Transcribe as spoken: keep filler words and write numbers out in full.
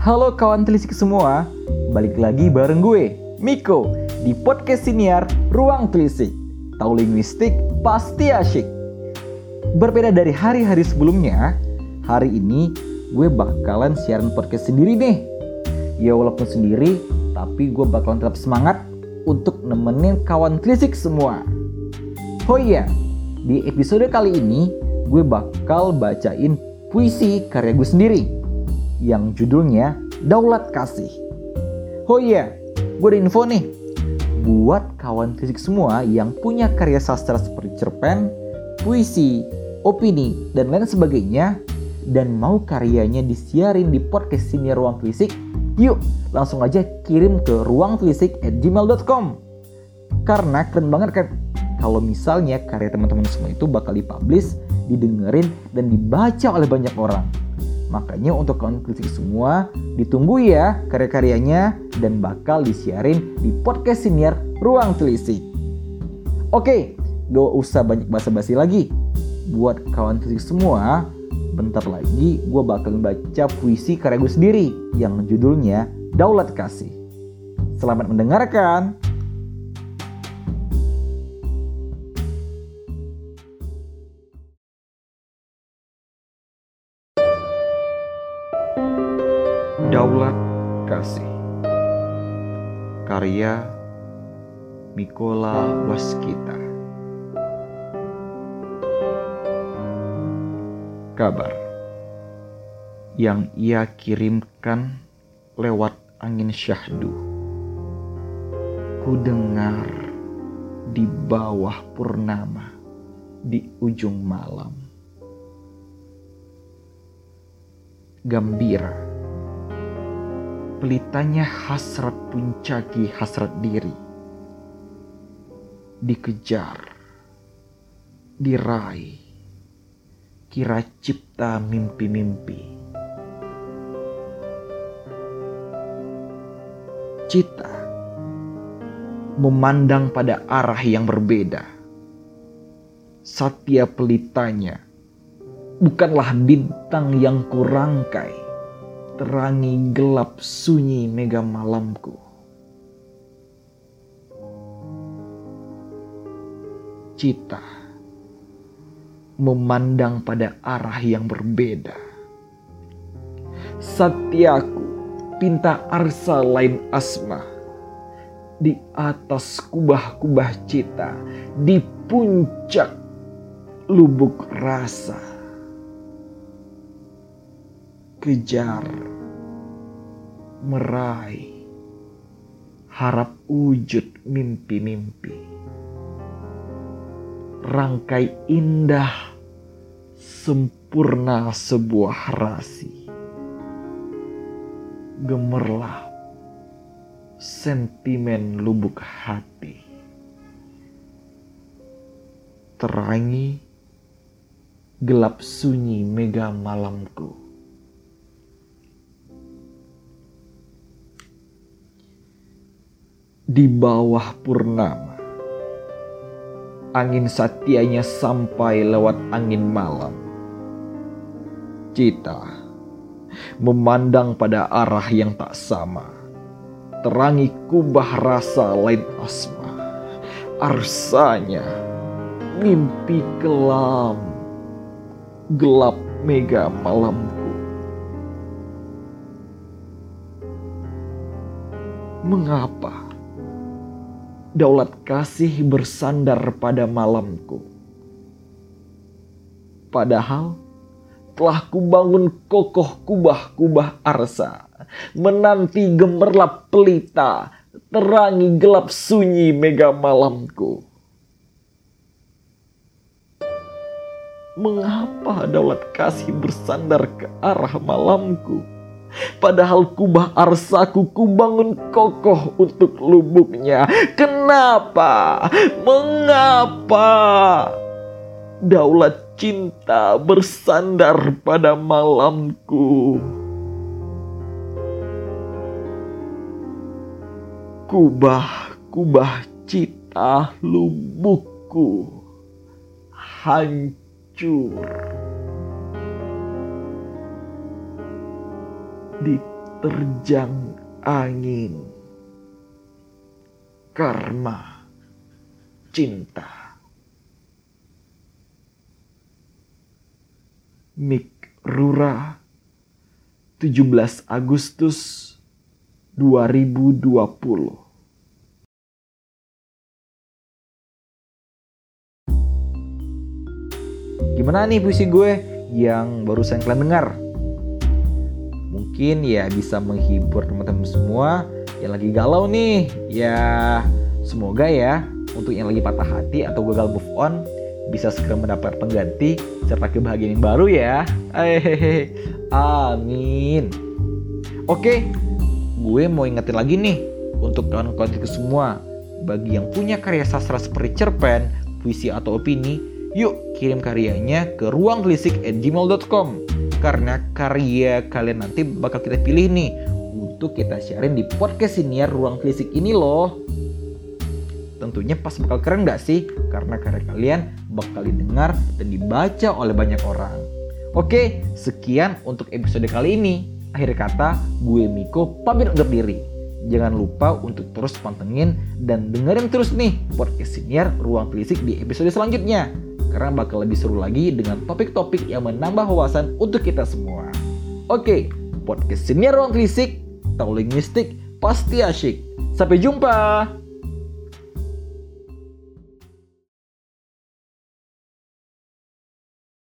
Halo kawan telisik semua, balik lagi bareng gue, Miko, di podcast siniar Ruang Telisik. Tahu linguistik pasti asyik. Berbeda dari hari-hari sebelumnya, hari ini gue bakalan siaran podcast sendiri nih. Ya walaupun sendiri, tapi gue bakalan tetap semangat untuk nemenin kawan telisik semua. Oh iya, di episode kali ini gue bakal bacain puisi karya gue sendiri yang judulnya Daulat Kasih. Oh iya, gue ada info nih buat kawan fisik semua yang punya karya sastra seperti cerpen, puisi, opini, dan lain sebagainya, dan mau karyanya disiarin di podcast Siniar Ruang Telisik. Yuk langsung aja kirim ke ruangtelisik at gmail dot com. Karena keren banget kan kalau misalnya karya teman-teman semua itu bakal dipublish, didengerin, dan dibaca oleh banyak orang. Makanya untuk kawan telisik semua, ditunggu ya karya-karyanya dan bakal disiarin di podcast Siniar Ruang Telisik. Oke, gak usah banyak basa-basi lagi. Buat kawan telisik semua, bentar lagi gue bakal baca puisi karya gue sendiri yang judulnya Daulat Kasih. Selamat mendengarkan. Daulat Kasih, karya Mikola Waskita. Kabar yang ia kirimkan lewat angin syahdu, ku dengar di bawah purnama di ujung malam. Gembira, pelitanya hasrat puncaki hasrat diri, dikejar, diraih, kira cipta mimpi-mimpi. Cita memandang pada arah yang berbeda. Satya pelitanya bukanlah bintang yang kurangkai, terangi gelap sunyi mega malamku. Cita memandang pada arah yang berbeda. Satyaku pinta arsa lain asma, di atas kubah-kubah cita, di puncak lubuk rasa. Kejar, meraih, harap wujud mimpi-mimpi. Rangkai indah, sempurna sebuah rasi. Gemerlap, sentimen lubuk hati. Terangi, gelap sunyi mega malamku. Di bawah purnama, angin satyanya sampai lewat angin malam. Cita memandang pada arah yang tak sama, terangi kubah rasa lain asma. Arsanya mimpi kelam, gelap mega malamku. Mengapa daulat kasih bersandar pada malamku? Padahal telah kubangun kokoh kubah-kubah arsa, menanti gemerlap pelita, terangi gelap sunyi mega malamku. Mengapa daulat kasih bersandar ke arah malamku? Padahal kubah arsaku kubangun kokoh untuk lubuknya. Kenapa? Mengapa daulat cinta bersandar pada malamku? Kubah-kubah cita lubukku hancur. terjang angin, karma, cinta. Mik Rura, tujuh belas Agustus dua ribu dua puluh. Gimana nih puisi gue yang barusan kalian dengar? Mungkin ya bisa menghibur teman-teman semua yang lagi galau nih. Ya semoga ya untuk yang lagi patah hati atau gagal move on bisa segera mendapat pengganti serta kebahagiaan yang baru ya. Hehehe. Amin. Oke, gue mau ingetin lagi nih untuk kawan-kawan kita semua, bagi yang punya karya sastra seperti cerpen, puisi atau opini, yuk kirim karyanya ke ruangtelisik at gmail dot com. Karena karya kalian nanti bakal kita pilih nih untuk kita sharing di podcast siniar Ruang Telisik ini loh. Tentunya pas bakal keren gak sih? Karena karya kalian bakal didengar dan dibaca oleh banyak orang. Oke, sekian untuk episode kali ini. Akhir kata, gue Miko pamit undur diri. Jangan lupa untuk terus pantengin dan dengerin terus nih podcast siniar Ruang Telisik di episode selanjutnya. Karena bakal lebih seru lagi dengan topik-topik yang menambah wawasan untuk kita semua. Oke, podcast siniar Ruang Telisik, tahu linguistik pasti asyik. Sampai jumpa.